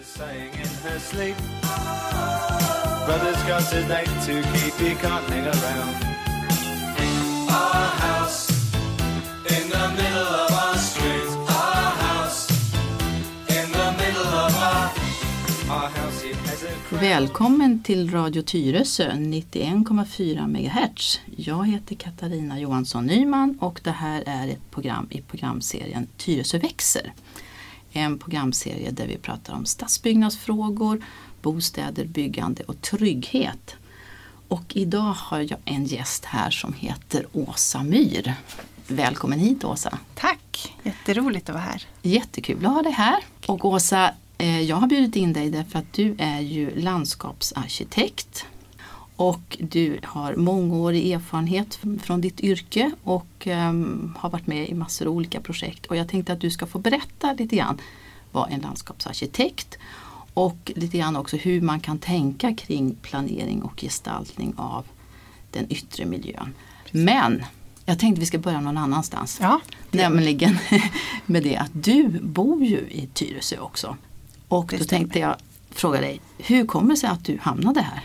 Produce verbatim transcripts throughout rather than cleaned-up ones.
saying in her sleep, brother's got his date to keep, he can't hang around. Our house in the middle of our street, our house in the middle of our, our house it has a... Välkommen till Radio Tyresö nittioen komma fyra megahertz. Jag heter Katarina Johansson Nyman och det här är ett program i programserien Tyresö växer. En programserie där vi pratar om stadsbyggnadsfrågor, bostäder, byggande och trygghet. Och idag har jag en gäst här som heter Åsa Myhr. Välkommen hit, Åsa. Tack, jätteroligt att vara här. Jättekul att ha dig här. Och Åsa, jag har bjudit in dig därför att du är ju landskapsarkitekt. Och du har mångårig erfarenhet från ditt yrke och um, har varit med i massor av olika projekt. Och jag tänkte att du ska få berätta lite grann vad en landskapsarkitekt och lite grann också hur man kan tänka kring planering och gestaltning av den yttre miljön. Precis. Men jag tänkte vi ska börja någon annanstans. Ja, nämligen med det att du bor ju i Tyresö också. Och det då stämmer. Tänkte jag fråga dig, hur kommer det sig att du hamnade här?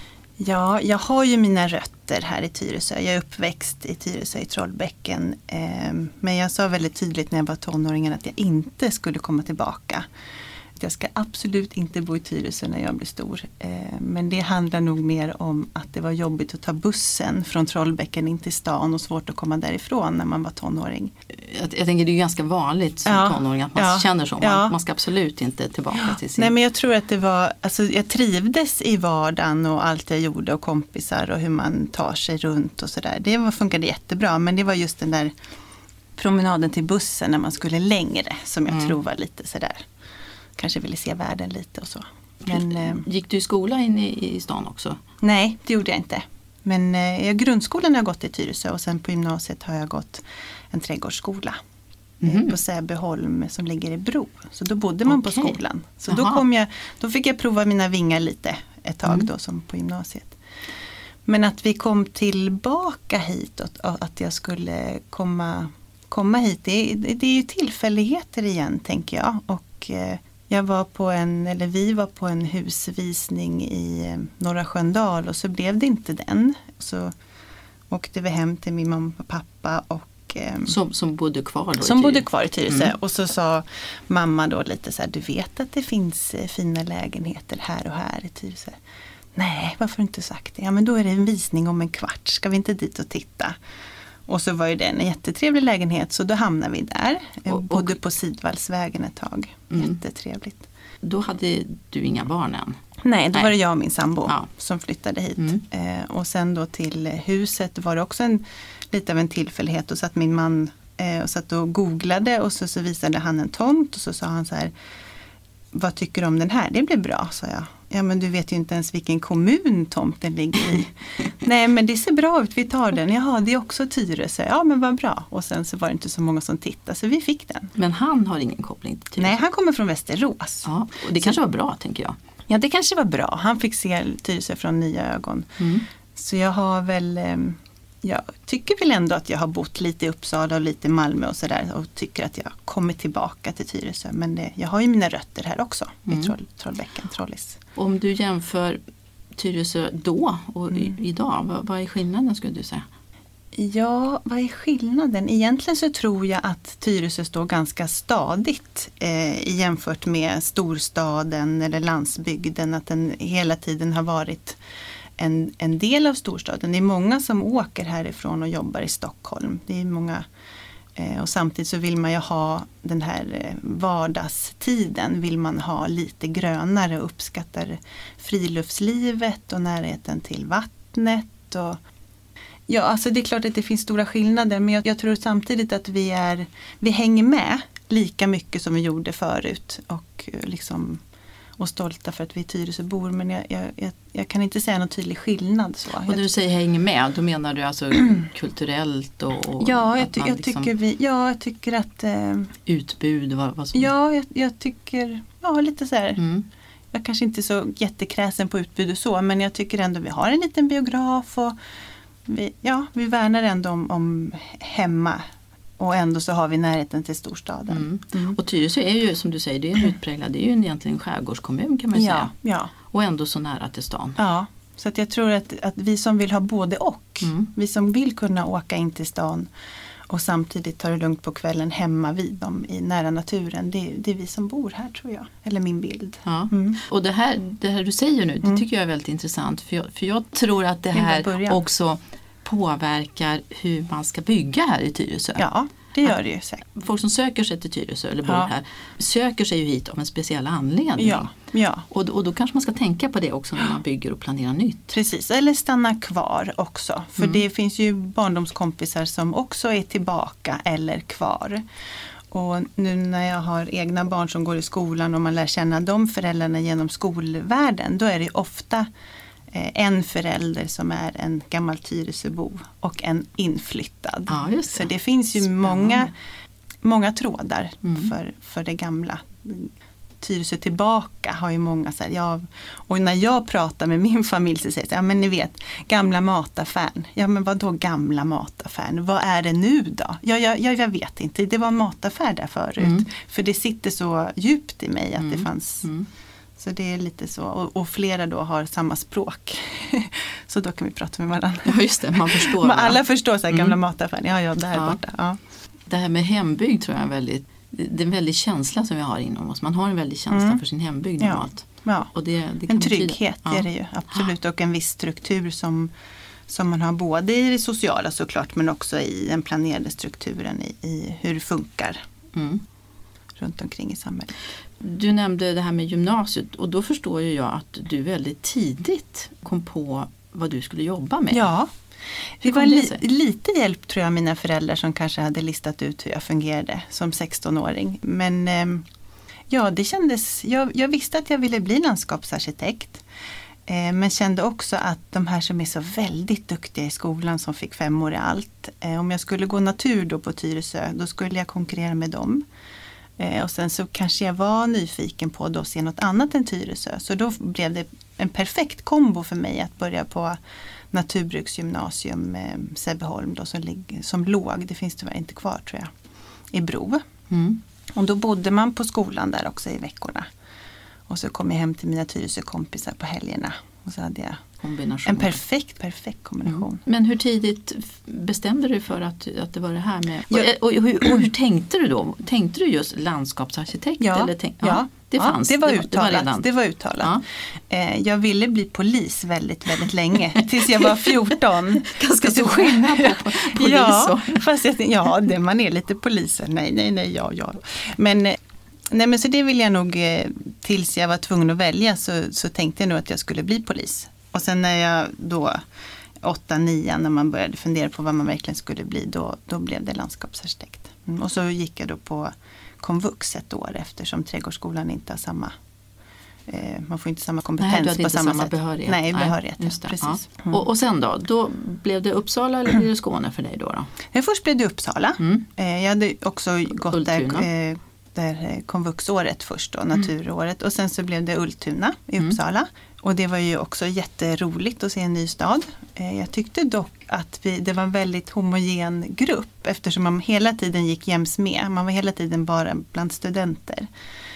Ja, jag har ju mina rötter här i Tyresö. Jag är uppväxt i Tyresö i Trollbäcken. Eh, men jag sa väldigt tydligt när jag var tonåringen att jag inte skulle komma tillbaka. Jag ska absolut inte bo i Tyresö när jag blir stor. Eh, men det handlar nog mer om att det var jobbigt att ta bussen från Trollbäcken in till stan och svårt att komma därifrån när man var tonåring. Jag, jag tänker det är ganska vanligt som ja, tonåring att man ja, känner så. Man, ja. man ska absolut inte tillbaka ja. till sin... Nej, men jag tror att det var, alltså jag trivdes i vardagen och allt jag gjorde och kompisar och hur man tar sig runt och sådär. Det var, funkade jättebra, men det var just den där promenaden till bussen när man skulle längre som jag mm. tror var lite sådär. Kanske ville se världen lite och så. Men, eh, gick du i skola in i, i stan också? Nej, det gjorde jag inte. Men eh, grundskolan har jag gått i Tyresö och sen på gymnasiet har jag gått en trädgårdsskola. Mm. På Säbyholm som ligger i Bro. Så då bodde man okay. på skolan. Så då, kom jag, då fick jag prova mina vingar lite ett tag mm. då som på gymnasiet. Men att vi kom tillbaka hit och att jag skulle komma, komma hit, det, det är ju tillfälligheter igen tänker jag. Och eh, jag var på en, eller vi var på en husvisning i Norra Sköndal och så blev det inte den. Så åkte vi hem till min mamma och pappa och Som, som bodde kvar då? Som i bodde kvar i Tyresö. Mm. Och så sa mamma då lite så här, du vet att det finns fina lägenheter här och här i Tyresö. Nej, varför inte sagt det? Ja, men då är det en visning om en kvart. Ska vi inte dit och titta? Och så var ju det en jättetrevlig lägenhet så då hamnade vi där. Jag och, bodde och, på Sidvallsvägen ett tag. Mm. Jättetrevligt. Då hade du inga barn än? Nej, då Nej. var det jag och min sambo ja. som flyttade hit. Mm. Eh, och sen då till huset var det också en, lite av en tillfällighet. Och satt min man eh, och satt och googlade och så, så visade han en tomt. Och så sa han så här, vad tycker du om den här? Det blir bra, sa jag. Ja, men du vet ju inte ens vilken kommun tomten ligger i. Nej, men det ser bra ut, vi tar den. Jaha, det är också Tyresö. Ja, men vad bra. Och sen så var det inte så många som tittade, så vi fick den. Men han har ingen koppling till Tyresö? Nej, han kommer från Västerås. Ja, och det kanske var bra, tänker jag. Ja, det kanske var bra. Han fick se Tyresö från nya ögon. Mm. Så jag har väl... Jag tycker väl ändå att jag har bott lite i Uppsala och lite i Malmö och sådär. Och tycker att jag kommer tillbaka till Tyresö. Men det, jag har ju mina rötter här också. Mm. I Troll, Trollbäcken, Trollis. Om du jämför Tyresö då och mm. idag. Vad, vad är skillnaden skulle du säga? Ja, vad är skillnaden? Egentligen så tror jag att Tyresö står ganska stadigt eh, jämfört med storstaden eller landsbygden. Att den hela tiden har varit en, en del av storstaden. Det är många som åker härifrån och jobbar i Stockholm. Det är många, eh, och samtidigt så vill man ju ha den här eh, vardagstiden. Vill man ha lite grönare och uppskattar friluftslivet och närheten till vattnet och ja, alltså det är klart att det finns stora skillnader men jag, jag tror samtidigt att vi är vi hänger med lika mycket som vi gjorde förut och liksom och stolta för att vi är Tyresöbor men jag, jag, jag, jag kan inte säga någon tydlig skillnad så. Och när du säger hänger med, då menar du alltså kulturellt och, och ja, jag, ty- jag liksom tycker vi ja, jag tycker att eh, utbud vad, vad som ja, jag, jag tycker ja, lite så här. Mm. Jag kanske inte är så jättekräsen på utbud och så men jag tycker ändå vi har en liten biograf och vi, ja, vi värnar ändå om, om hemma Och ändå så har vi närheten till storstaden. Mm. Mm. Och Tyresö är ju, som du säger, det är en utpräglad, det är ju egentligen en skärgårdskommun kan man ju Ja, säga. ja. Och ändå så nära till stan. Ja, så att jag tror att, att vi som vill ha både och, Mm. vi som vill kunna åka in till stan och samtidigt ta det lugnt på kvällen hemma vid dem i nära naturen, det, det är vi som bor här tror jag, eller min bild. Ja. Mm. Och det här, det här du säger nu, det Mm. tycker jag är väldigt intressant. För jag, för jag tror att det Det är bara här början. också påverkar hur man ska bygga här i Tyresö. Ja, det gör det ju säkert. Folk som söker sig till Tyresö eller bor Ja. här söker sig ju hit av en speciell anledning. Ja, ja. Och, och då kanske man ska tänka på det också när man bygger och planerar nytt. Precis, eller stanna kvar också. För Mm. det finns ju barndomskompisar som också är tillbaka eller kvar. Och nu när jag har egna barn som går i skolan och man lär känna de föräldrarna genom skolvärlden, då är det ofta eh, en förälder som är en gammal Tyresöbo och en inflyttad. Ja, just det. Så det finns ju Spännande. många, många trådar Mm. för, för det gamla. Tyresö tillbaka har ju många så här, ja, och när jag pratar med min familj så säger jag, ja men ni vet, gamla mataffären. Ja men vad då gamla mataffären? Vad är det nu då? Ja, ja, ja jag vet inte, det var en mataffär där förut. Mm. För det sitter så djupt i mig att Mm. det fanns, Mm. så det är lite så. Och, och flera då har samma språk. Så då kan vi prata med varandra. Ja just det, man förstår. Men va? alla förstår så här, gamla Mm. mataffären, ja ja, där Ja. borta. Ja. Det här med hembygd tror jag är väldigt, det är en väldig känsla som vi har inom oss. Man har en väldig känsla Mm. för sin hembygd Ja. normalt. Ja. Och det, det kan En betyda- trygghet ja. är det ju absolut, och en viss struktur som, som man har både i det sociala såklart men också i den planerade strukturen i, i hur det funkar Mm. runt omkring i samhället. Du nämnde det här med gymnasiet och då förstår ju jag att du väldigt tidigt kom på vad du skulle jobba med. Ja, det Hur kom var det li- sig? lite hjälp tror jag mina föräldrar som kanske hade listat ut hur jag fungerade som sextonåring. Men ehm, ja, det kändes, jag, jag visste att jag ville bli landskapsarkitekt. Eh, men kände också att de här som är så väldigt duktiga i skolan som fick fem år i allt. Eh, om jag skulle gå natur då på Tyresö, då skulle jag konkurrera med dem. Eh, och sen så kanske jag var nyfiken på att se något annat än Tyresö. Så då blev det en perfekt kombo för mig att börja på naturbruksgymnasium eh, Säveholt då, som, lig- som låg, det finns tyvärr inte kvar tror jag, i Bro. Mm. Och då bodde man på skolan där också i veckorna. Och så kom jag hem till mina Tyresö-kompisar på helgerna. Och så hade jag Kombination. en perfekt, perfekt kombination. Mm. Men hur tidigt f- bestämde du för att, att det var det här med... Ja. Och, och, hur, och hur tänkte du då? Tänkte du just landskapsarkitekt? Ja, eller tänk, ja, det ja, fanns. det var det uttalat. var redan. Det var uttalat. Ja. Eh, jag ville bli polis väldigt, väldigt länge. Tills jag var fjorton. Ganska Tills stor jag- skillnad på po- polis Ja, och... fast jag, ja, det, man är lite poliser. Nej, nej, nej, ja, ja. Men, eh, nej, men så det vill jag nog, eh, tills jag var tvungen att välja så, så tänkte jag nog att jag skulle bli polis. Och sen när jag då, åtta, nio, när man började fundera på vad man verkligen skulle bli, då, då blev det landskapsarkitekt. Mm, och så gick jag då på komvux ett år eftersom trädgårdsskolan inte har samma, eh, man får inte samma kompetens Nej, du hade på inte samma, samma sätt. behörighet. Nej, behörighet, ja, just det. precis. Ja. Mm. Och, och sen då? Då blev det Uppsala eller blev det Skåne för dig då? då? Ja, först blev det Uppsala. Mm. Eh, jag hade också gått där, Ultuna. eh, där eh, komvuxåret först då, naturåret. Och sen så blev det Ultuna i Mm. Uppsala. Och det var ju också jätteroligt att se en ny stad. Eh, jag tyckte dock att vi, det var en väldigt homogen grupp eftersom man hela tiden gick jäms med. Man var hela tiden bara bland studenter.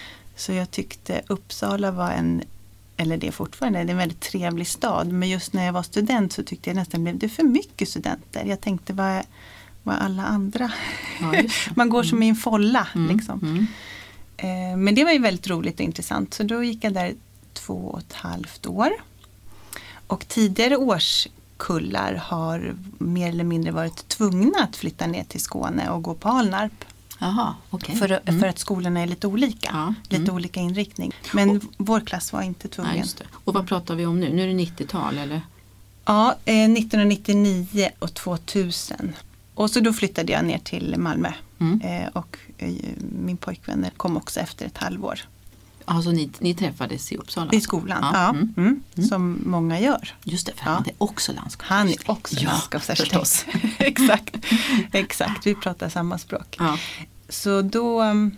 Så jag tyckte Uppsala var en, eller det är fortfarande, det är en väldigt trevlig stad. Men just när jag var student så tyckte jag nästan blev det för mycket studenter. Jag tänkte vad vad alla andra. Ja, just det. Man går som i en folla. Mm. Liksom. Mm. Eh, men det var ju väldigt roligt och intressant. Så då gick jag där två och ett halvt år. Och tidigare årskullar har mer eller mindre varit tvungna att flytta ner till Skåne och gå på Alnarp. Jaha, okej. För, Mm. för att skolorna är lite olika. Ja, Lite mm. olika inriktning. Men vår klass var inte tvungen. Ja, just det. Och vad pratar vi om nu? Nu är det nittiotal eller? Ja, eh, nittonhundranittionio och tvåtusen. Och så då flyttade jag ner till Malmö. Mm. Eh, och eh, min pojkvän kom också efter ett halvår. Alltså ni, ni träffades i Uppsala? I skolan, Ja, ja. mm. Mm. Mm. Som många gör. Just det, för Ja. han är också landskapsarkitekt. Han är också Ja, landskapsarkitekt. förstås. Exakt, exakt. Vi pratar samma språk. Ja. Så då um,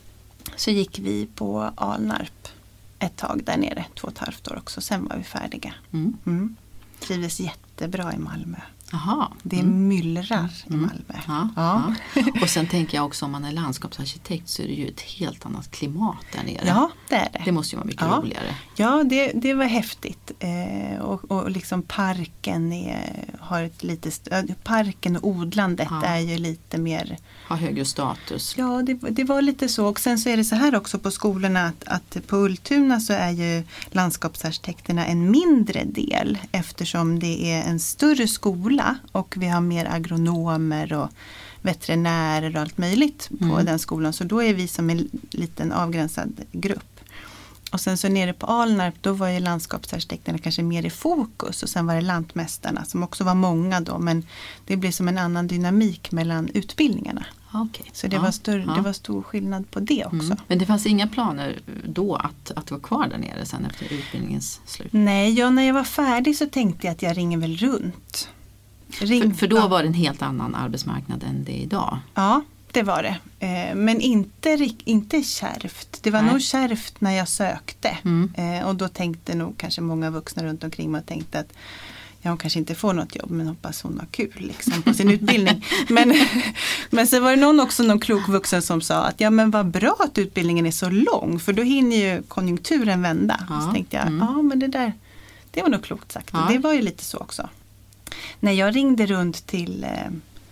så gick vi på Alnarp ett tag där nere, två och ett halvt år också. Sen var vi färdiga. Mm. Mm. Trivdes jättebra i Malmö. Aha. Det myllrar i Mm. Malmö. Ja, Ja. ja. Och sen tänker jag också om man är landskapsarkitekt så är det ju ett helt annat klimat där nere. Ja, det är det. Det måste ju vara mycket Ja. roligare. Ja, det, det var häftigt. Eh, och, och liksom parken är, har ett lite, st- parken och odlandet Ja. är ju lite mer. Ha högre status. Ja, det, det var lite så. Och sen så är det så här också på skolorna att, att på Ultuna så är ju landskapsarkitekterna en mindre del eftersom det är en större skola och vi har mer agronomer och veterinärer och allt möjligt på Mm. den skolan. Så då är vi som en liten avgränsad grupp. Och sen så nere på Alnarp då var ju landskapsarkitekterna kanske mer i fokus och sen var det lantmästarna som också var många då men det blev som en annan dynamik mellan utbildningarna. Okay. Så det, ja. var större, ja. det var stor skillnad på det också. Mm. Men det fanns inga planer då att, att vara kvar där nere sen efter utbildningens slut? Nej, ja, när jag var färdig så tänkte jag att jag ringer väl runt. Ring, För, för då ja. var det en helt annan arbetsmarknad än det är idag? Ja, det var det. Eh, men inte, rik- inte kärvt. Det var Nej. nog kärvt när jag sökte. Mm. Eh, och då tänkte nog kanske många vuxna runt omkring mig och tänkte att ja, hon kanske inte får något jobb men hoppas hon har kul liksom, på sin utbildning. Men, men så var det någon också, någon klok vuxen som sa att ja men vad bra att utbildningen är så lång för då hinner ju konjunkturen vända. Ja. Så tänkte jag, Mm. ja men det där, det var nog klokt sagt. Ja. Och det var ju lite så också. När jag ringde runt till eh,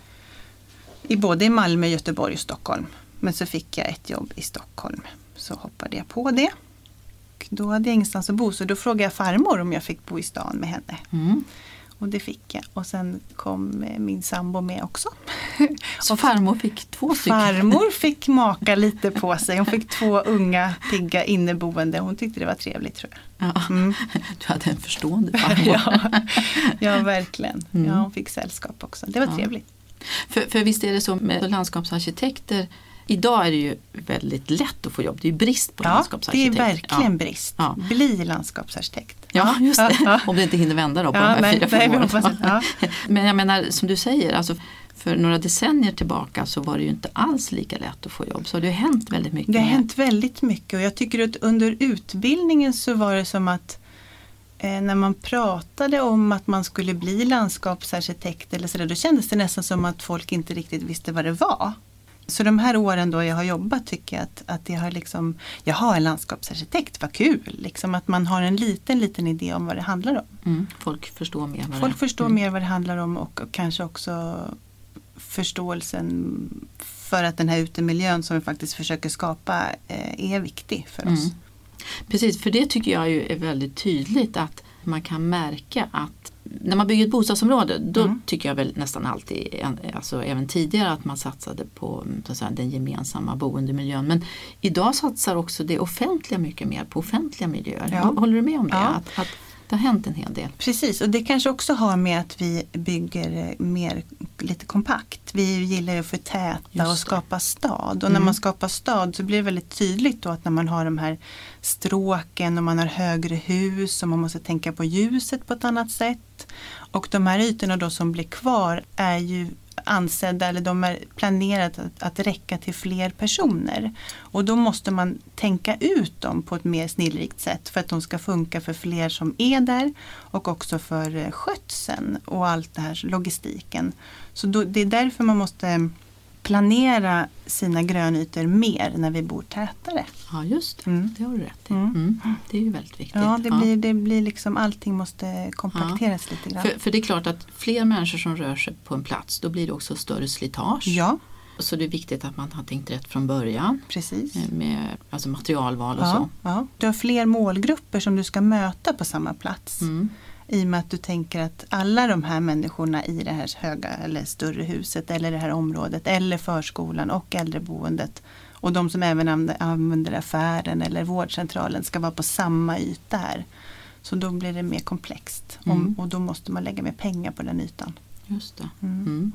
i både i Malmö, Göteborg och Stockholm. Men så fick jag ett jobb i Stockholm. Så hoppade jag på det. Och då hade jag ingenstans att bo så då frågade jag farmor om jag fick bo i stan med henne. Mm. Och det fick jag. Och sen kom eh, min sambo med också. Så farmor fick två stycken? Farmor fick maka lite på sig. Hon fick två unga, pigga inneboende. Hon tyckte det var trevligt tror jag. Ja. Mm. Du hade en förstående farmor. ja, ja, verkligen. Mm. Ja, hon fick sällskap också. Det var Ja. trevligt. För, för visst är det så med landskapsarkitekter, idag är det ju väldigt lätt att få jobb. Det är ju brist på Ja, det är landskapsarkitekter. verkligen ja. brist. Ja. Bli landskapsarkitekt. Ja, just det. Ja, Om det inte hinner vända då på Ja, de här men- fyra, nej, fem vi åren. hoppas att- ja. Men jag menar, som du säger, alltså, för några decennier tillbaka så var det ju inte alls lika lätt att få jobb. Så det har hänt väldigt mycket. Det har med- hänt väldigt mycket och jag tycker att under utbildningen så var det som att eh, när man pratade om att man skulle bli landskapsarkitekt eller så där, då kändes det nästan som att folk inte riktigt visste vad det var. Så de här åren då jag har jobbat tycker jag att, att jag har liksom, jag har en landskapsarkitekt, vad kul! Liksom att man har en liten, liten idé om vad det handlar om. Mm, folk förstår mer vad Folk det förstår mm. mer vad det handlar om och, och kanske också förståelsen för att den här utemiljön som vi faktiskt försöker skapa eh, är viktig för oss. Mm. Precis, för det tycker jag ju är väldigt tydligt att man kan märka att när man bygger ett bostadsområde då Mm. tycker jag väl nästan alltid, alltså även tidigare att man satsade på så att säga, den gemensamma boendemiljön. Men idag satsar också det offentliga mycket mer på offentliga miljöer. Ja. Håller du med om det? Ja. Att, att det har hänt en hel del. Precis, och det kanske också har med att vi bygger mer lite kompakt. Vi gillar ju att förtäta Just och det. skapa stad. Och Mm. när man skapar stad så blir det väldigt tydligt då att när man har de här stråken och man har högre hus och man måste tänka på ljuset på ett annat sätt. Och de här ytorna då som blir kvar är ju ansedda eller de är planerade att, att räcka till fler personer. Och då måste man tänka ut dem på ett mer snillrikt sätt för att de ska funka för fler som är där och också för eh, skötseln och allt det här logistiken. Så då, det är därför man måste planera sina grönytor mer när vi bor tätare. Ja, just det. Mm. Det har du rätt i. Mm. Mm. Det är ju väldigt viktigt. Ja, det blir, det blir liksom allting måste kompakteras lite grann. För, för det är klart att fler människor som rör sig på en plats, då blir det också större slitage. Ja, Så det är viktigt att man har tänkt rätt från början precis. med alltså materialval och Ja, så. ja. Du har fler målgrupper som du ska möta på samma plats. Mm. I och med att du tänker att alla de här människorna i det här höga eller större huset eller det här området eller förskolan och äldreboendet och de som även använder- använder affären eller vårdcentralen ska vara på samma yta här. Så då blir det mer komplext Mm. Om, och då måste man lägga mer pengar på den ytan. Just det. Mm. Mm.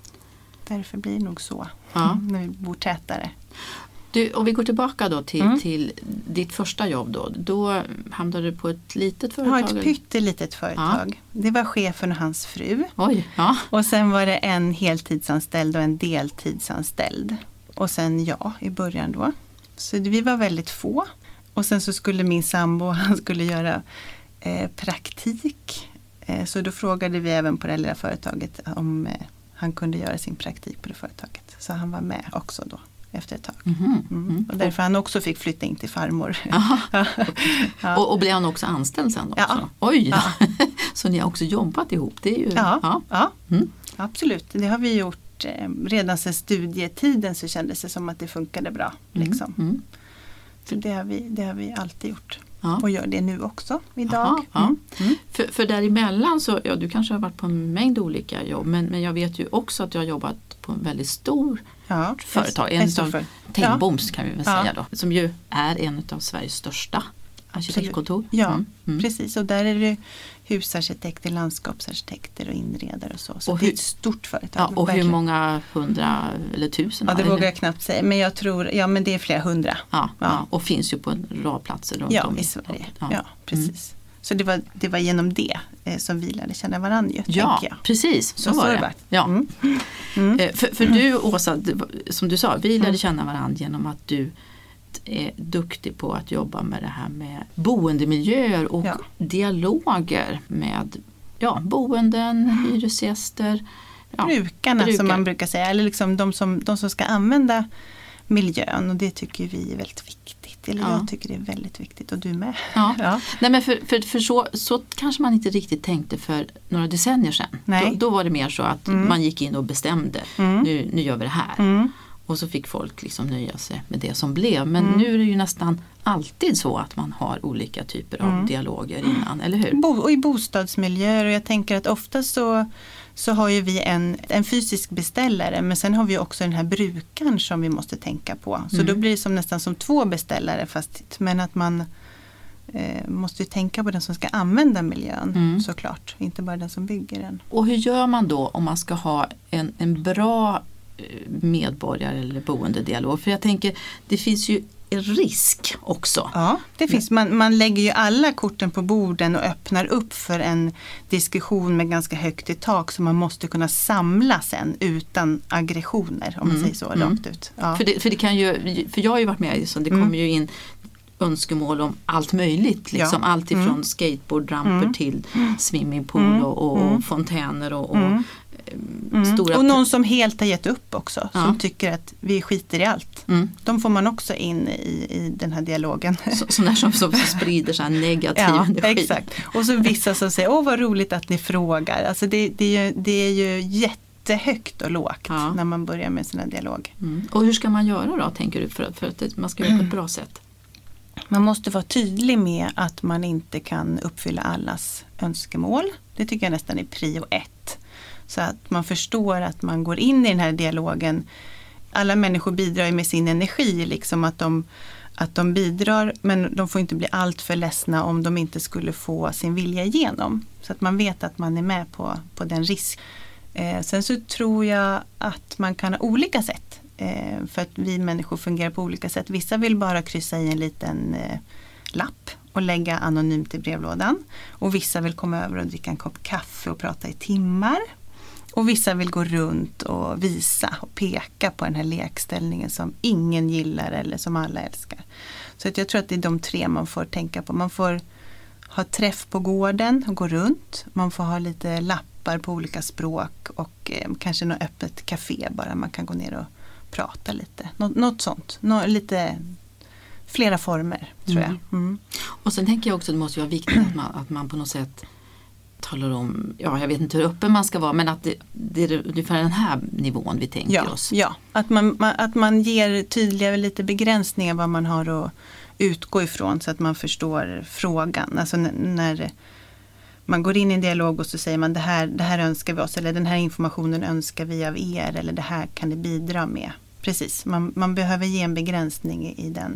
Därför blir det nog så Ja. när vi bor tätare. Du, om vi går tillbaka då till, Mm. till ditt första jobb då. Då hamnade du på ett litet Jag har företag? ett pyttelitet företag. Det var chefen och hans fru. Oj, ja. Och sen var det en heltidsanställd och en deltidsanställd. Och sen jag i början då. Så vi var väldigt få. Och sen så skulle min sambo, han skulle göra eh, praktik Eh, så då frågade vi även på det lilla företaget om eh, han kunde göra sin praktik på det företaget. Så han var med också då efter ett tag. Mm-hmm. Mm. Och därför han också fick flytta in till farmor. ja. och, och blev han också anställd sen också? Ja. Oj, ja. Så ni har också jobbat ihop? Det är ju, ja, ja. ja. Mm. Absolut. Det har vi gjort eh, redan sedan studietiden, så kändes det som att det funkade bra. Liksom. Mm. Mm. Så det har, vi, det har vi alltid gjort. Ja. Och gör det nu också idag. Aha, ja. Mm. Mm. För, för däremellan så, ja du kanske har varit på en mängd olika jobb, men, men jag vet ju också att du har jobbat på en väldigt stor ja, företag. En av Tengboms kan vi väl ja. säga då, som ju är en av Sveriges största arkitektkontor. Ja, mm. Mm. precis. Och där är det husarkitekter, landskapsarkitekter och inredare och så. Så och det hur, är ett stort företag. Ja, och verkligen. hur många hundra eller tusen? Ja, det eller? vågar jag knappt säga. Men jag tror, ja men det är flera hundra. Ja, ja. ja. Och finns ju på en rad platser runt ja, om i Sverige. Ja, ja precis. Mm. Så det var, det var genom det eh, som vi lärde känna varandra. Ja, jag. precis. Så, så var det. det. Ja. Mm. Mm. Eh, för, för du Åsa, som du sa, vi lärde känna varandra genom att du är duktig på att jobba med det här med boendemiljöer och ja. dialoger med ja, boenden, hyresgäster. Ja, Brukarna brukar. som man brukar säga, eller liksom de som, de som ska använda miljön, och det tycker vi är väldigt viktigt. Eller ja. jag tycker det är väldigt viktigt, och du med. Ja. ja. Nej, men för, för, för så, så kanske man inte riktigt tänkte för några decennier sedan. Nej. Då, då var det mer så att mm. man gick in och bestämde, mm. nu, nu gör vi det här. Mm. Och så fick folk liksom nöja sig med det som blev. Men mm. nu är det ju nästan alltid så att man har olika typer av mm. dialoger innan, eller hur? Bo- och i bostadsmiljöer, och jag tänker att ofta så, så har ju vi en, en fysisk beställare, men sen har vi också den här brukaren som vi måste tänka på. Så mm. då blir det som nästan som två beställare, fast, men att man eh, måste ju tänka på den som ska använda miljön mm. såklart, inte bara den som bygger den. Och hur gör man då om man ska ha en, en bra medborgare eller boendedialog? För jag tänker, det finns ju en risk också. Ja, det finns. Man, man lägger ju alla korten på borden och öppnar upp för en diskussion med ganska högt i tak, så man måste kunna samla sen utan aggressioner, om man mm. säger så, mm. rakt ut. Ja. För, det, för det kan ju, för jag har ju varit med, så det kommer mm. ju in önskemål om allt möjligt. Liksom. Ja. Allt ifrån mm. skateboardramper mm. till swimmingpool mm. och, och mm. fontäner och, och mm. Mm. stora... Och någon som helt har gett upp också, ja. som tycker att vi skiter i allt. Mm. De får man också in i, i den här dialogen. Så, sådana som, som sprider så här negativ ja, energi. Exakt. Och så vissa som säger, åh vad roligt att ni frågar. Alltså det, det, är, ju, det är ju jättehögt och lågt ja. när man börjar med sina dialog. Mm. Och hur ska man göra då, tänker du, för, för att man ska göra på ett bra sätt? Man måste vara tydlig med att man inte kan uppfylla allas önskemål. Det tycker jag nästan är prio ett. Så att man förstår att man går in i den här dialogen. Alla människor bidrar med sin energi, liksom att de, att de bidrar, men de får inte bli allt för ledsna om de inte skulle få sin vilja igenom. Så att man vet att man är med på, på den risk. Eh, sen så tror jag att man kan ha olika sätt. Eh, för att vi människor fungerar på olika sätt. Vissa vill bara kryssa i en liten eh, lapp och lägga anonymt i brevlådan. Och vissa vill komma över och dricka en kopp kaffe och prata i timmar. Och vissa vill gå runt och visa och peka på den här lekställningen som ingen gillar eller som alla älskar. Så att jag tror att det är de tre man får tänka på. Man får ha träff på gården och gå runt. Man får ha lite lappar på olika språk och eh, kanske något öppet café bara. Man kan gå ner och prata lite. Nå- något sånt. Nå- lite flera former tror mm. jag. Mm. Och sen tänker jag också att det måste vara viktigt att man, att man på något sätt talar om, ja jag vet inte hur öppen man ska vara, men att det, det är ungefär den här nivån vi tänker ja, oss. Ja, att man, man, att man ger tydliga lite begränsningar vad man har att utgå ifrån så att man förstår frågan. Alltså n- när man går in i en dialog och så säger man det här, det här önskar vi oss, eller den här informationen önskar vi av er, eller det här kan det bidra med. Precis, man, man behöver ge en begränsning i, i den.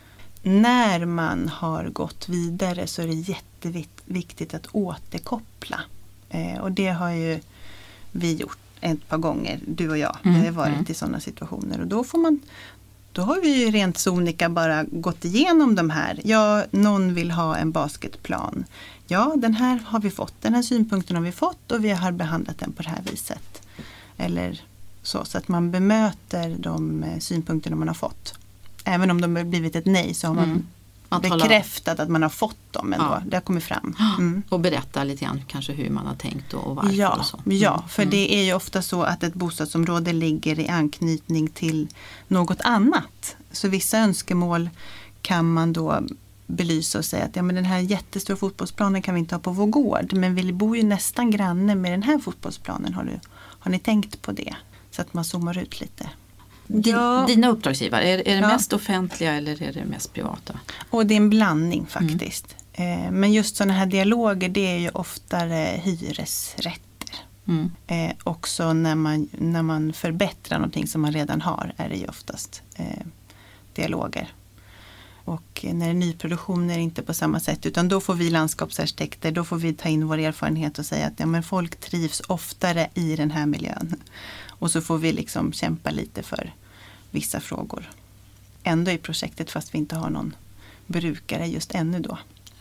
När man har gått vidare så är det jätteviktigt att återkoppla. Eh, och det har ju vi gjort ett par gånger, du och jag. Mm, vi har varit mm. i sådana situationer. Och då får man, då har vi ju rent sonika bara gått igenom de här. Ja, någon vill ha en basketplan. Ja, den här har vi fått. Den här synpunkten har vi fått och vi har behandlat den på det här viset. Eller så, så att man bemöter de synpunkterna man har fått. Även om de har blivit ett nej så har man mm. Man talar- bekräftat att man har fått dem ändå. Ja. Det har kommit fram. Mm. Och berätta lite grann kanske hur man har tänkt och varför Ja, och så. ja, för Mm. det är ju ofta så att ett bostadsområde ligger i anknytning till något annat. Så vissa önskemål kan man då belysa och säga att ja, men den här jättestora fotbollsplanen kan vi inte ha på vår gård. Men vi bor ju nästan granne med den här fotbollsplanen. Har, du, har ni tänkt på det? Så att man zoomar ut lite. Din, Ja. Dina uppdragsgivare, är, är det Ja. mest offentliga eller är det mest privata? Och det är en blandning faktiskt. Eh, men just sådana här dialoger, det är ju oftare hyresrätter. Mm. Eh, också när man, när man förbättrar någonting som man redan har är det ju oftast eh, dialoger. Och när det är nyproduktion är det inte på samma sätt, utan då får vi landskapsarkitekter, då får vi ta in vår erfarenhet och säga att ja, men folk trivs oftare i den här miljön. Och så får vi liksom kämpa lite för vissa frågor. Ändå i projektet fast vi inte har någon brukare just ännu då.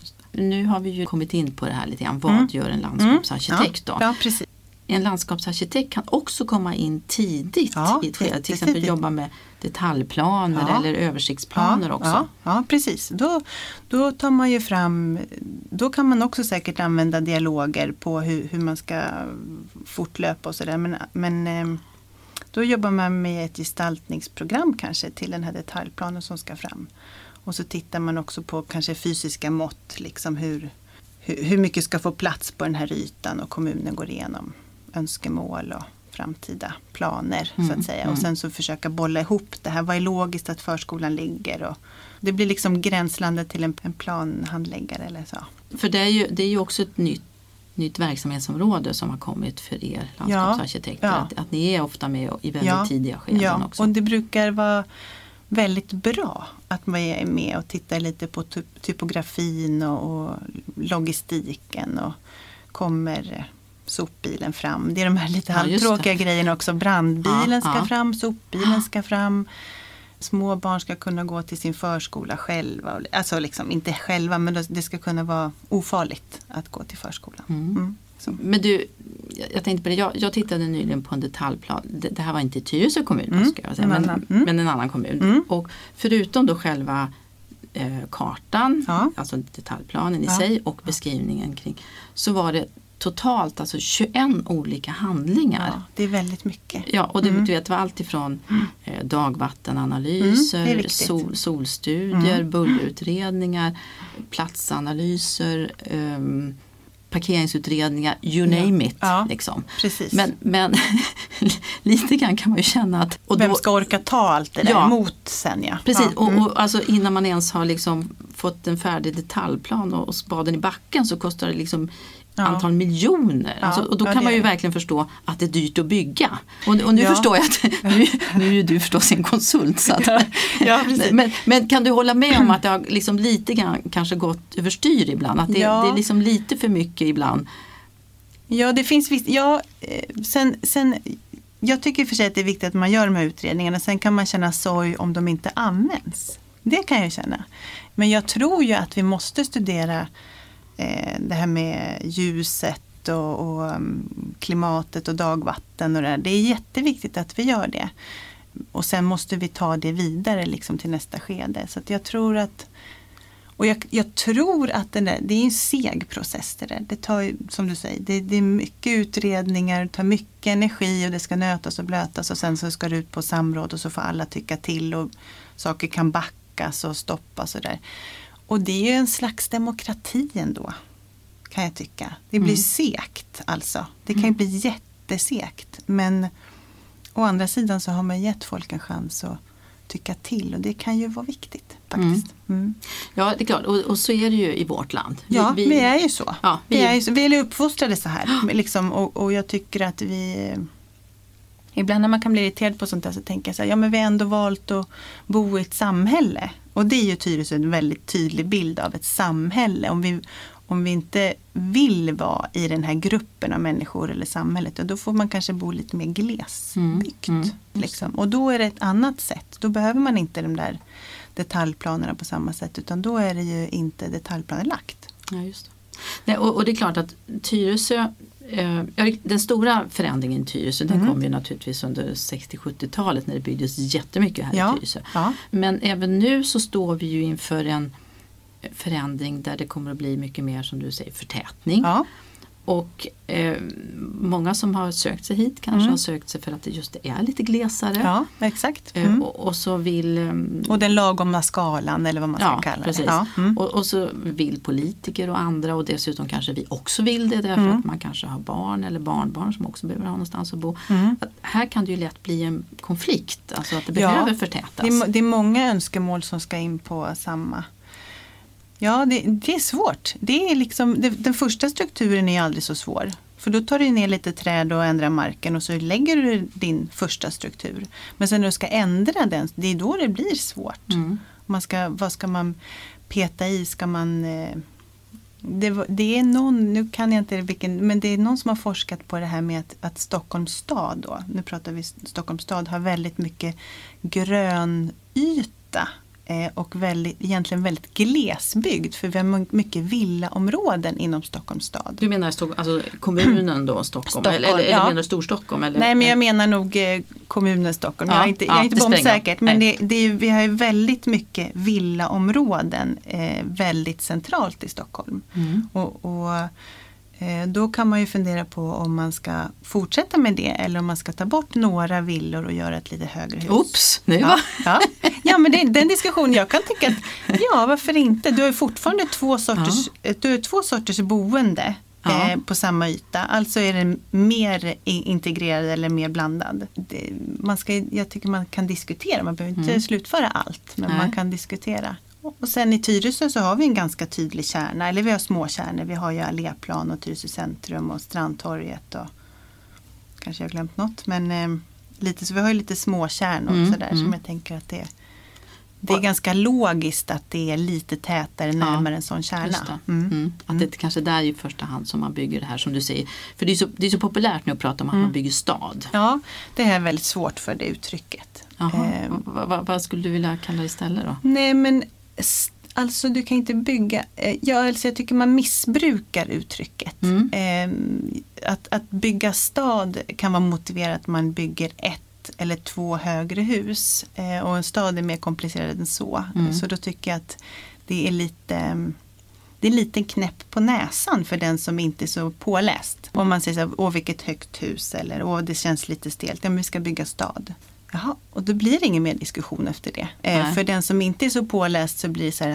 Nu har vi ju kommit in på det här lite grann. Vad Mm. gör en landskapsarkitekt ja, då? Ja, precis. En landskapsarkitekt kan också komma in tidigt Ja, i ett skede. Till exempel jättetidigt. jobba med detaljplaner Ja. eller översiktsplaner ja, också. Ja, ja, precis. Då, då tar man ju fram, då kan man också säkert använda dialoger på hur, hur man ska fortlöpa och sådär. Men, men eh, då jobbar man med ett gestaltningsprogram kanske till den här detaljplanen som ska fram. Och så tittar man också på kanske fysiska mått, liksom hur, hur, hur mycket ska få plats på den här ytan, och kommunen går igenom önskemål och framtida planer Mm, så att säga. mm. Och sen så försöka bolla ihop det här. Vad är logiskt att förskolan ligger? Och det blir liksom gränslandet till en, en planhandläggare eller så. För det är ju, det är ju också ett nytt, nytt verksamhetsområde som har kommit för er landskapsarkitekter. Ja. Att, att ni är ofta med i väldigt Ja, tidiga skeden Ja, också. och det brukar vara väldigt bra att man är med och tittar lite på typ, typografin och, och logistiken, och kommer sopbilen fram. Det är de här lite Ja, just halvtråkiga det. grejerna också. Brandbilen Ja, ska ja. fram, sopbilen ska fram. Små barn ska kunna gå till sin förskola själva. Alltså liksom, inte själva, men det ska kunna vara ofarligt att gå till förskolan. Mm. Mm. Så. Men du, jag tänkte på det, jag, jag tittade nyligen på en detaljplan. Det, det här var inte i Tyresö kommun, Mm, ska jag säga, en men, annan. Mm. men en annan kommun. Mm. Och förutom då själva eh, kartan, Ja. alltså detaljplanen i Ja. sig och beskrivningen kring, så var det totalt alltså tjugoett olika handlingar. Ja, det är väldigt mycket. Ja, och det, Mm. du vet, var allt ifrån eh, Mm, dagvattenanalyser, det är viktigt. sol, solstudier, Mm. bullerutredningar, platsanalyser, ehm, parkeringsutredningar, you name it. Ja, Liksom. precis. Men, men lite grann kan man ju känna att... Och Vem då, ska orka ta allt det där Ja. emot sen? Ja. precis, Ja. Mm. och, och alltså innan man ens har liksom fått en färdig detaljplan och, och spaden i backen, så kostar det liksom Ja. antal miljoner. Ja, Alltså, och då ja, kan det man ju är det. verkligen förstå att det är dyrt att bygga. Och, och nu Ja. förstår jag att nu, nu är du förstås en konsult. Så att, Ja, precis. men, men kan du hålla med om att det har liksom lite grann kanske gått överstyr ibland? Att det, Ja. det är liksom lite för mycket ibland. Ja, det finns visst. Ja, eh, sen, sen, jag tycker för sig att det är viktigt att man gör de här utredningarna. Sen kan man känna sorg om de inte används. Det kan jag känna. Men jag tror ju att vi måste studera eh, det här med ljuset och, och um, klimatet och dagvatten och det där. Det är jätteviktigt att vi gör det. Och sen måste vi ta det vidare liksom till nästa skede. Så att jag tror att Och jag, jag tror att den där, det är en seg process det där. Det tar ju, som du säger, det, det är mycket utredningar, det tar mycket energi och det ska nötas och blötas och sen så ska det ut på samråd och så får alla tycka till och saker kan backas och stoppas och där. Och det är ju en slags demokrati ändå, kan jag tycka. Det blir Mm. segt alltså. Det kan ju bli jättesegt. Men å andra sidan så har man gett folk en chans att tycka till och det kan ju vara viktigt faktiskt. Mm. Ja, det är klart. Och, och så är det ju i vårt land. Vi, Ja, vi, är ju så. Ja, vi, vi, är ju så. Vi är uppfostrade så här. Liksom, och, och jag tycker att vi... Ibland när man kan bli irriterad på sånt där så tänker jag så här, ja men vi har ändå valt att bo i ett samhälle. Och det är ju Tyresö en väldigt tydlig bild av ett samhälle. Om vi, om vi inte vill vara i den här gruppen av människor eller samhället, då får man kanske bo lite mer glesbyggt. Mm, mm, liksom. Och då är det ett annat sätt. Då behöver man inte de där detaljplanerna på samma sätt, utan då är det ju inte detaljplanelagt. Ja, just det. Nej, och, och det är klart att Tyresö, eh, den stora förändringen i Tyresö, den Mm. kom ju naturligtvis under sextio-sjuttiotalet när det byggdes jättemycket här Ja, i Tyresö. ja. Men även nu så står vi ju inför en förändring där det kommer att bli mycket mer, som du säger, förtätning. Ja. Och eh, många som har sökt sig hit kanske Mm. har sökt sig för att det just är lite glesare. Ja, exakt. Eh, Mm. och, och så vill... ehm, Och den lagomma skalan eller vad man ska ja, kalla precis. det. Ja, mm. och, och så vill politiker och andra, och dessutom kanske vi också vill det därför Mm. att man kanske har barn eller barnbarn som också behöver ha någonstans att bo. Mm. Att här kan det ju lätt bli en konflikt, alltså att det Ja, behöver förtätas. Det är, det är många önskemål som ska in på samma. Ja, det, det är svårt. Det är liksom, det, den första strukturen är aldrig så svår. För då tar du ner lite träd och ändrar marken och så lägger du din första struktur. Men sen när du ska ändra den, det är då det blir svårt. Mm. Man ska, vad ska man peta i? Ska man... Eh, det, det är någon, nu kan jag inte vilken, men det är någon som har forskat på det här med att, att Stockholms stad då, nu pratar vi Stockholms stad, har väldigt mycket grön yta. Och väldigt, egentligen väldigt glesbygd, för vi har mycket villaområden inom Stockholms stad. Du menar Stock- alltså kommunen då, Stockholm? Stockholm, eller eller, ja. eller menar du Storstockholm? Eller? Nej, men jag menar nog eh, kommunen Stockholm. Ja, jag är inte, ja, jag är inte det spelar ingen bombsäkert, roll. men Nej. det, det är, vi har ju väldigt mycket villaområden eh, väldigt centralt i Stockholm. Mm. Och, och eh, då kan man ju fundera på om man ska fortsätta med det eller om man ska ta bort några villor och göra ett lite högre hus. Oops, nu Ja, va? ja. ja, men det, den diskussionen, jag kan tycka att ja, varför inte? Du har ju fortfarande två sorters, du har två sorters boende Ja. eh, på samma yta. Alltså är den mer i- integrerad eller mer blandad. Det, man ska, jag tycker man kan diskutera, man behöver inte Mm. slutföra allt, men Nej. man kan diskutera. Och sen i Tyresö så har vi en ganska tydlig kärna, eller vi har små kärnor. Vi har ju Alléplan och Tyresö centrum och Strandtorget och kanske jag har glömt något, men eh, lite, så vi har ju lite små kärnor Mm, sådär, mm. som jag tänker att det, det är ganska logiskt att det är lite tätare närmare en sån Just kärna. det. Mm. Mm. Att det kanske är där i första hand som man bygger det här, som du säger. För det är så, det är så populärt nu att prata om att Mm. man bygger stad. Ja, det här är väldigt svårt för det uttrycket. Jaha. Eh, vad, vad, vad skulle du vilja kalla det istället då? nej, men s- alltså du kan inte bygga, eh, ja, alltså jag tycker man missbrukar uttrycket. Mm. Eh, att, att bygga stad kan vara motiverat att man bygger ett eller två högre hus. Eh, och en stad är mer komplicerad än så. Mm. Så då tycker jag att det är lite mm, det är en liten knäpp på näsan för den som inte är så påläst. Om man säger så här, åh vilket högt hus, eller åh det känns lite stelt, ja men vi ska bygga stad. Jaha, och då blir det ingen mer diskussion efter det. Eh, Nej. för den som inte är så påläst så blir det så här,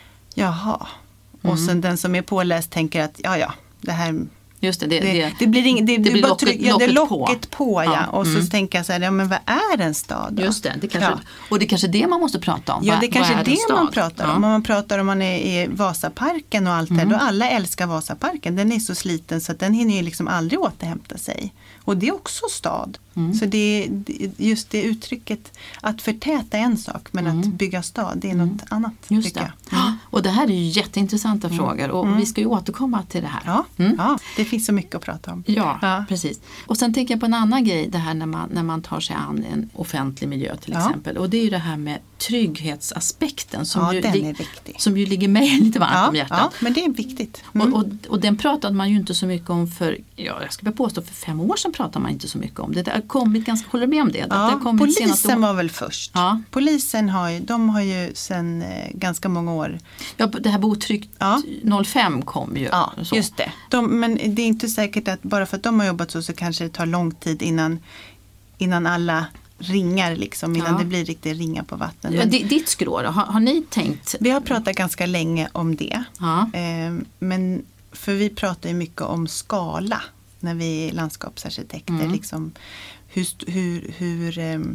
jaha. Och Mm. sen den som är påläst tänker att, ja ja, det här... Just det, det, Det, det, det blir ing, det, det det blir bara locket- tryck, ja, det är locket på. locket på, ja. Ja, Och mm. så tänker jag så här, ja men vad är en stad då? just det, det kanske, Ja. och det är kanske det man måste prata om. Ja, Vad- det är kanske vad är en det stad? man pratar om. Ja. Om man pratar om man är i Vasaparken och allt det, Mm. då alla älskar Vasaparken. Den är så sliten så att den hinner ju liksom aldrig återhämta sig. Och det är också stad. Mm. Så det, det- just det uttrycket, att förtäta är en sak, men Mm. att bygga stad, det är något annat. Just tycker det. jag. Mm. Och det här är ju jätteintressanta frågor, och Mm. vi ska ju återkomma till det här. Ja, Mm. ja, det finns så mycket att prata om. Ja, Ja. precis. Och sen tänker jag på en annan grej, det här när man, när man tar sig an en offentlig miljö till Ja. exempel. Och det är ju det här med trygghetsaspekten som, Ja, ju, den lig- är viktig. som ju ligger mig lite varmt Ja, om hjärtat. ja, men det är viktigt. Mm. Och, och, och den pratade man ju inte så mycket om för, ja, jag ska väl påstå för fem år sedan pratade man inte så mycket om det. Det har kommit ganska, håller du med om det? det har Ja, kommit senaste polisen år- var väl först. Ja. Polisen har ju, de har ju sedan eh, ganska många år. Ja, det här Botryggt Ja. noll fem kom ju. Ja, så. just det. De, men det är inte säkert att bara för att de har jobbat så så kanske det tar lång tid innan, innan alla ringar liksom, innan Ja. det blir riktigt ringa på vattnet. Ja, Men di- ditt skrå då, har, har ni tänkt? vi har pratat ganska länge om det. Ja. Eh, men för vi pratar ju mycket om skala när vi är landskapsarkitekter. Mm. Liksom, hur hur, hur ehm,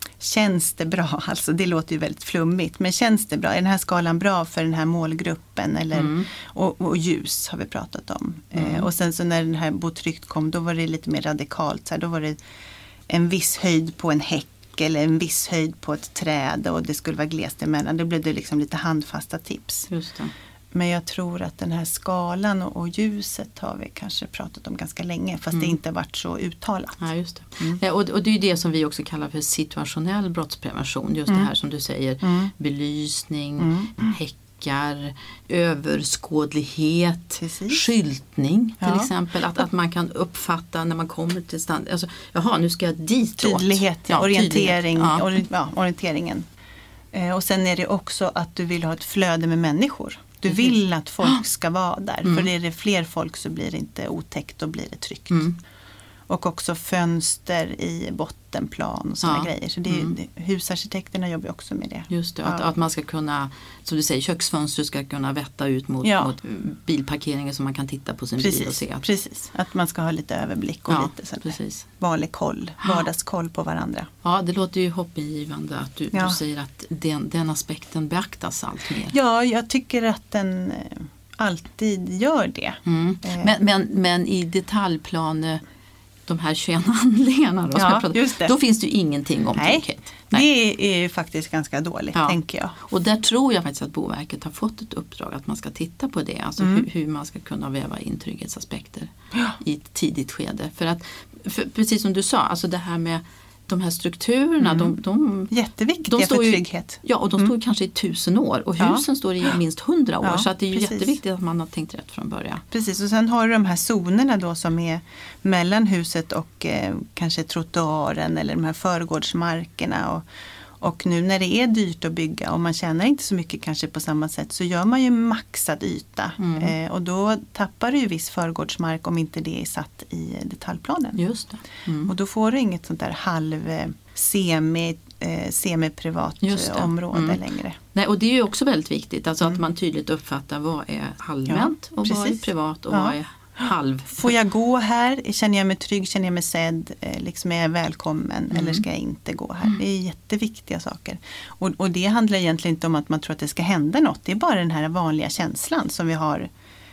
känns det bra? Alltså det låter ju väldigt flummigt. Men känns det bra? Är den här skalan bra för den här målgruppen? Eller, Mm. och, och ljus har vi pratat om. Mm. Eh, och sen så när den här Botryggt kom, då var det lite mer radikalt. Så här, då var det en viss höjd på en häck eller en viss höjd på ett träd och det skulle vara glest emellan. Då blev det liksom lite handfasta tips. Just det. Men jag tror att den här skalan och, och ljuset har vi kanske pratat om ganska länge. Fast Mm. det inte varit så uttalat. Ja, just det. Mm. Ja, och, och det är ju det som vi också kallar för situationell brottsprevention. Just Mm. det här som du säger, Mm. belysning, Mm. häckar, överskådlighet, Precis. skyltning till Ja. exempel. Att, att man kan uppfatta när man kommer till stand. Alltså, jaha, nu ska jag ditåt. Tydlighet, ja, Ja, orientering, tydlighet. Ja. ori- ja, orienteringen. Eh, och sen är det också att du vill ha ett flöde med människor. Du Precis. vill att folk ska vara där. Mm. För är det fler folk så blir det inte otäckt, då blir det tryggt. Mm. Och också fönster i bottenplan och sådana Ja. grejer. Så det är, Mm. det, husarkitekterna jobbar också med det. Just det, att, Ja. att man ska kunna, som du säger, köksfönster ska kunna vätta ut mot, Ja. mot bilparkeringen så man kan titta på sin bil och Precis, se att, precis. Att man ska ha lite överblick och ja, lite sådär. precis. Vanlig koll, vardagskoll på varandra. Ja, det låter ju hoppingivande att du, Ja. du säger att den, den aspekten beaktas allt mer. Ja, jag tycker att den eh, alltid gör det. Mm. Eh. Men, men, men i detaljplan, eh, de här tjugoett handlingarna då, som Ja, jag pratade, just det. då finns det ju ingenting om Nej, trygghet. det är ju faktiskt ganska dåligt, Ja. tänker jag. Och där tror jag faktiskt att Boverket har fått ett uppdrag att man ska titta på det. Alltså Mm. hur, hur man ska kunna väva in trygghetsaspekter i ett tidigt skede. För att, för, precis som du sa, alltså det här med de här strukturerna, Mm. de, de, Jätteviktiga de står för ju, trygghet. ja, och de står kanske i tusen år och Ja. husen står i minst hundra år. Ja, så att det är ju precis. jätteviktigt att man har tänkt rätt från början. Precis, och sen har du de här zonerna då som är mellan huset och eh, kanske trottoaren eller de här förgårdsmarkerna. Och, och nu när det är dyrt att bygga och man tjänar inte så mycket kanske på samma sätt, så gör man ju maxad yta. Mm. Eh, och då tappar du ju viss förgårdsmark om inte det är satt i detaljplanen. Just det. Mm. Och då får du inget sånt där halv eh, semi, eh, semi-privat Just det. eh, område Mm. längre. Nej, och det är ju också väldigt viktigt, alltså Mm. att man tydligt uppfattar vad är allmänt Ja, och vad är precis. privat och Ja. vad är halv. Får jag gå här? Känner jag mig trygg? Känner jag mig sedd? Eh, liksom är jag välkommen? Mm. Eller ska jag inte gå här? Det är jätteviktiga saker. Och, och det handlar egentligen inte om att man tror att det ska hända något. Det är bara den här vanliga känslan som vi har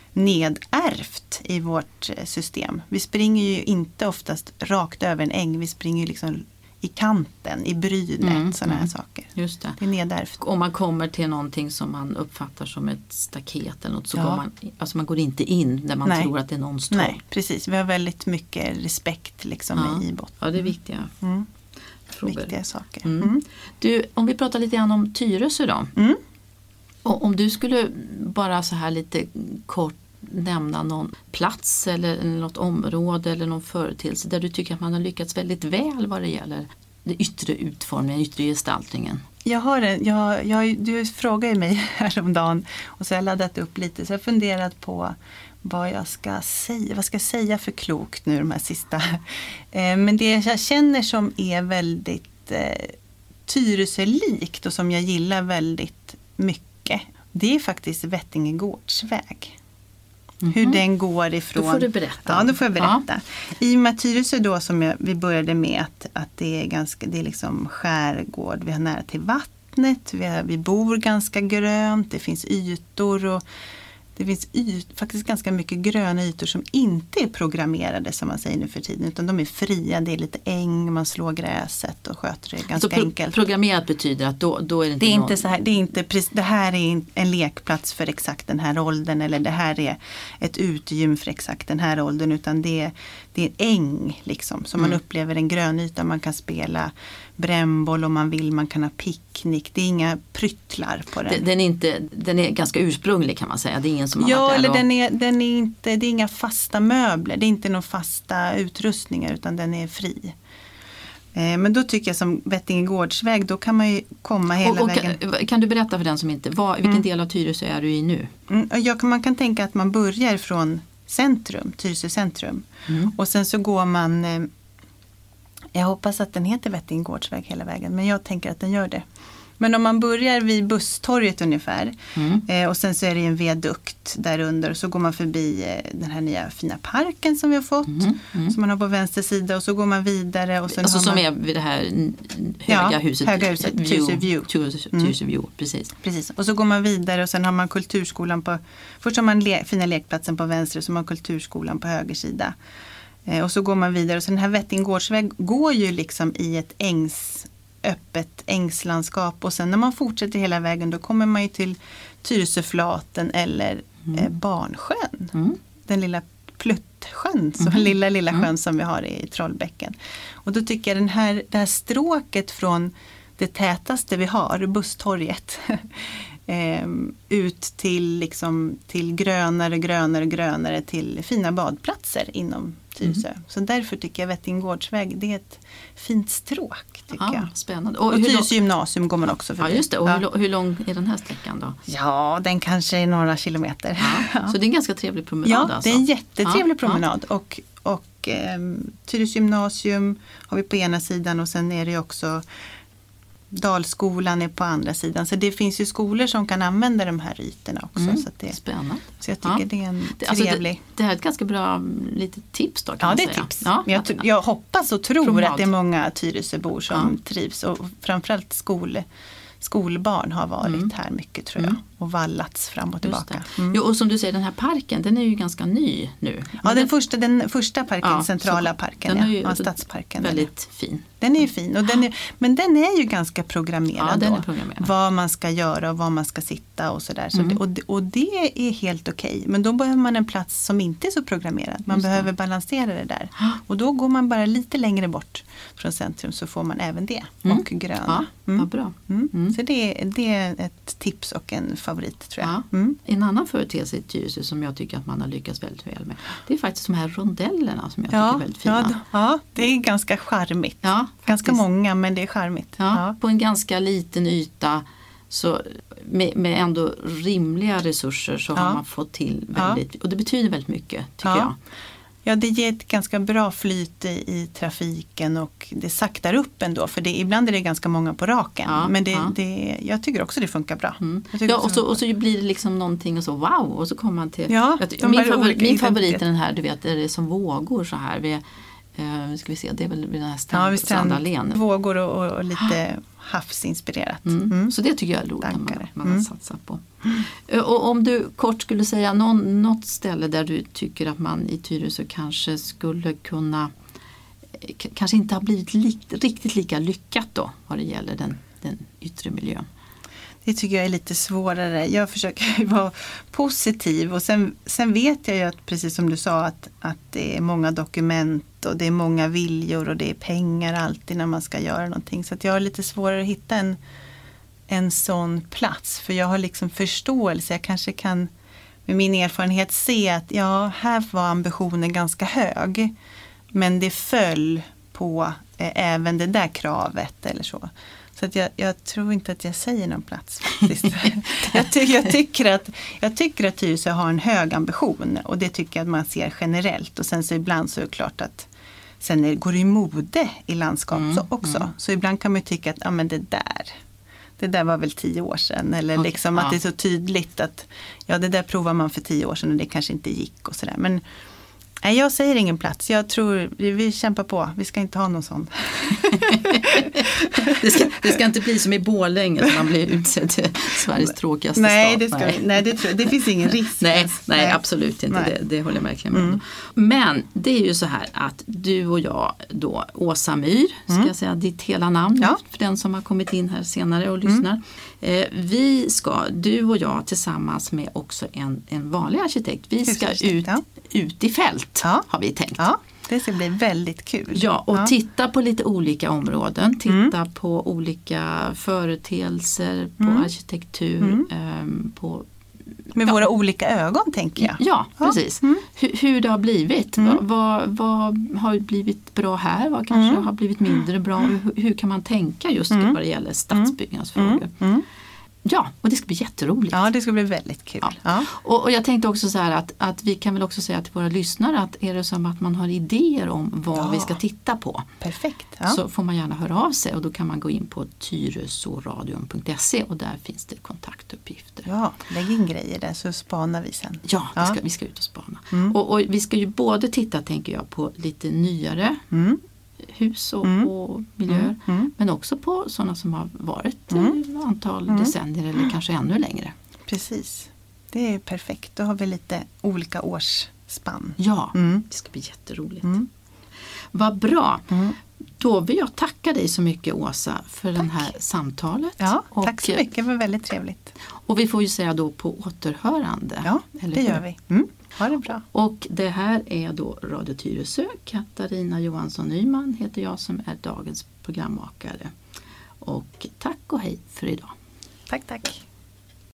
nedärvt i vårt eh, system. Vi springer ju inte oftast rakt över en äng. Vi springer ju liksom i kanten, i brynet, Mm, sådana här mm. saker. Just det. Det är nedärvt. Om man kommer till någonting som man uppfattar som ett staket eller något, så Ja. går man, alltså man går inte in där man Nej. tror att det är någons torp. Nej, precis. Vi har väldigt mycket respekt liksom Ja. i botten. Ja, det är viktiga Mm. frågor. Viktiga saker. Mm. Mm. Du, om vi pratar lite grann om Tyresö då. Mm. Och om du skulle bara så här lite kort nämna någon plats eller något område eller någon företeelse där du tycker att man har lyckats väldigt väl vad det gäller den yttre utformningen, yttre gestaltningen. Jag har en, jag, jag, du frågade ju mig häromdagen och så har jag laddat upp lite, så jag har funderat på vad jag ska säga, vad ska jag säga för klokt nu de här sista. Eh, men det jag känner som är väldigt eh, Tyresö-likt och som jag gillar väldigt mycket, det är faktiskt Vettinge gårdsväg. Mhm. Hur den går ifrån... Då får du berätta. Ja, då får jag berätta. I och med att Tyresö då, som jag, vi började med, att, att det är ganska, det är liksom skärgård, vi har nära till vattnet, vi, har, vi bor ganska grönt, det finns ytor och det finns yt, faktiskt ganska mycket gröna ytor som inte är programmerade, som man säger nu för tiden, utan de är fria, det är lite äng, man slår gräset och sköter det ganska Så pro- enkelt. programmerat betyder att då, då är det inte Det är någon... inte så här, det är inte precis, det här är en lekplats för exakt den här åldern, eller det här är ett utegym för exakt den här åldern, utan det är, det är en äng liksom, så Mm. man upplever en grönyta, man kan spela brännboll om man vill, man kan ha picknick, det är inga pryttlar på den. Den, den, är inte, den är ganska ursprunglig kan man säga, det är ingen som har Ja, varit där eller och... den är, den är inte, det är inga fasta möbler, det är inte några fasta utrustningar, utan den är fri. Eh, men då tycker jag som Vettinge gårdsväg, då kan man ju komma hela och, och vägen. kan, kan du berätta för den som inte, vad, vilken Mm. del av Tyresö är du i nu? Mm, och jag, man kan tänka att man börjar från centrum, Tyresö centrum. Mm. Och sen så går man, eh, jag hoppas att den heter Vettinge gårdsväg hela vägen, men jag tänker att den gör det. Men om man börjar vid busstorget ungefär, Mm. eh, och sen så är det en viadukt där under, och så går man förbi eh, den här nya fina parken som vi har fått, Mm. Mm. som man har på vänster sida, och så går man vidare. Och sen Alltså har som man, är vid det här n- n- höga Ja, huset, höga huset, Tyresö View. Tyresö Mm. Tyresö View, precis. Precis, och så går man vidare och sen har man kulturskolan på, först har man le, fina lekplatsen på vänster, och så har man kulturskolan på höger sida. Eh, och så går man vidare, och så den här Vettinge gårdsväg går ju liksom i ett ängs, öppet ängslandskap, och sen när man fortsätter hela vägen, då kommer man ju till Tyresöflaten eller Mm. eh, Barnsjön. Mm. Den lilla Pluttsjön, så Mhm. lilla lilla sjön Mm. som vi har i Trollbäcken. Och då tycker jag den här, det här stråket från det tätaste vi har, busstorget, eh, ut till, liksom, till grönare, grönare, grönare till fina badplatser inom Tyresö. Mm. Så därför tycker jag Vättingårdsväg, det är ett fint stråk tycker ja, jag. Spännande. Och, och Tyresö gymnasium går man också förbi. Ja just det, och ja. hur, hur lång är den här sträckan då? Ja, den kanske är några kilometer. Ja, ja. Så det är en ganska trevlig promenad ja, alltså? Ja, det är en jättetrevlig ja, promenad. Ja. Och, och eh, Tyresö gymnasium har vi på ena sidan och sen är det också Dalskolan är på andra sidan. Så det finns ju skolor som kan använda de här ytorna också. Mm, så att det, spännande. Så jag tycker ja. det är en det, alltså trevlig... Det, det här är ett ganska bra litet tips då kan ja, man det är säga. tips. Ja, jag, att, jag hoppas och tror promenad. att det är många Tyresöbor som ja. trivs. Och framförallt skol, skolbarn har varit mm. här mycket tror jag. Mm. Och vallats fram och tillbaka. Mm. Jo, och som du säger, den här parken, den är ju ganska ny nu. Ja, den, den, första, den första parken, ja, centrala parken, den är ju ja, stadsparken. Väldigt fin. Den är ju fin, och den är, men den är ju ganska programmerad, ja, den är då, programmerad. Vad man ska göra och var man ska sitta och sådär. Så mm. det, och, det, och det är helt okej. Men då behöver man en plats som inte är så programmerad. Man Just behöver det. balansera det där. Och då går man bara lite längre bort från centrum så får man även det. Mm. Och gröna. Ja, mm. vad bra. Mm. Mm. Så det, det är ett tips och en favorit tror jag. Ja. Mm. En annan företeelse i Tyresö som jag tycker att man har lyckats väldigt väl med. Det är faktiskt de här rondellerna som jag ja, tycker är väldigt fina. Ja, ja, det är ganska charmigt. Ja, ganska många, men det är charmigt. Ja, ja. På en ganska liten yta så med, med ändå rimliga resurser så ja. har man fått till väldigt, ja. och det betyder väldigt mycket tycker ja. jag. Ja, det ger ett ganska bra flyt i, i trafiken och det saktar upp ändå. För det, ibland är det ganska många på raken. Ja, men det, ja. det, jag tycker också det funkar bra. Mm. Ja, och så, och så blir det liksom någonting och så wow, och så kommer man till... Ja, jag, min favorit, min favorit är den här, du vet, är det som vågor så här. Vi, eh, ska vi se, det är väl den här strand, ja, Strandalén. Vågor och, och lite havsinspirerat. Mm. Mm. Så det tycker jag är roligt när man, man har mm. satsat på. Mm. Och om du kort skulle säga någon, något ställe där du tycker att man i Tyresö kanske skulle kunna k- kanske inte har blivit li, riktigt lika lyckat då vad det gäller den, den yttre miljön. Det tycker jag är lite svårare. Jag försöker vara positiv och sen, sen vet jag ju att precis som du sa att, att det är många dokument och det är många viljor och det är pengar alltid när man ska göra någonting. Så att jag har lite svårare att hitta en, en sån plats. För jag har liksom förståelse. Jag kanske kan med min erfarenhet se att ja, här var ambitionen ganska hög. Men det föll på eh, även det där kravet eller så. Så att jag, jag tror inte att jag säger någon plats faktiskt. jag, ty, jag, tycker att, jag tycker att Tyresö har en hög ambition och det tycker jag att man ser generellt. Och sen så ibland så är det klart att sen är, går det i mode i landskap mm, också. Mm. Så ibland kan man ju tycka att ja, men det där, det där var väl tio år sedan. Eller okay, liksom ja. Att det är så tydligt att ja, det där provar man för tio år sedan och det kanske inte gick och sådär. Men nej, jag säger ingen plats. Jag tror vi, vi kämpar på. Vi ska inte ha någon sån. det, ska, det ska inte bli som i Borlänge som man blir utsedd till Sveriges tråkigaste nej, stad. Det ska, nej, nej det, tror jag, det finns ingen risk. nej, nej, nej, absolut inte. Det, det håller jag verkligen med om. Mm. Men det är ju så här att du och jag då, Åsa Myhr, ska mm. jag säga ditt hela namn ja. För den som har kommit in här senare och lyssnar. Mm. Eh, vi ska, du och jag tillsammans med också en, en vanlig arkitekt, vi ska ut, ja. ut i fält ja. Har vi tänkt. Ja. Det ska bli väldigt kul. Ja, och ja. Titta på lite olika områden. Titta mm. på olika företeelser, på mm. arkitektur. Mm. Um, på, Med ja. våra olika ögon tänker jag. Ja, ja. precis. Mm. Hur, hur det har blivit. Mm. Vad, vad, vad har blivit bra här? Vad kanske mm. har blivit mindre bra? Hur, hur kan man tänka just mm. vad det gäller stadsbyggnadsfrågor? Mm. Mm. Ja, och det ska bli jätteroligt. Ja, det ska bli väldigt kul. Ja. Ja. Och, och jag tänkte också så här att, att vi kan väl också säga till våra lyssnare att är det som att man har idéer om vad ja. Vi ska titta på. Perfekt. Ja. Så får man gärna höra av sig och då kan man gå in på tyresoradion punkt se och där finns det kontaktuppgifter. Ja, lägg in grejer där så spanar vi sen. Ja, ja. Vi, ska, vi ska ut och spana. Mm. Och, och vi ska ju både titta, tänker jag, på lite nyare mm. hus och, mm. och miljöer. Mm. Mm. Men också på sådana som har varit mm. ett antal mm. decennier eller kanske ännu längre. Precis. Det är perfekt. Då har vi lite olika årsspann. Ja, mm. det ska bli jätteroligt. Mm. Vad bra. Mm. Då vill jag tacka dig så mycket, Åsa, för tack. Det här samtalet. Ja, och, tack så mycket. Det var väldigt trevligt. Och vi får ju säga då på återhörande. Ja, eller det hur? Gör vi. Mm. Ha det bra. Och det här är då Radio Tyresö. Katarina Johansson Nyman heter jag som är dagens programmakare. Och tack och hej för idag. Tack, tack.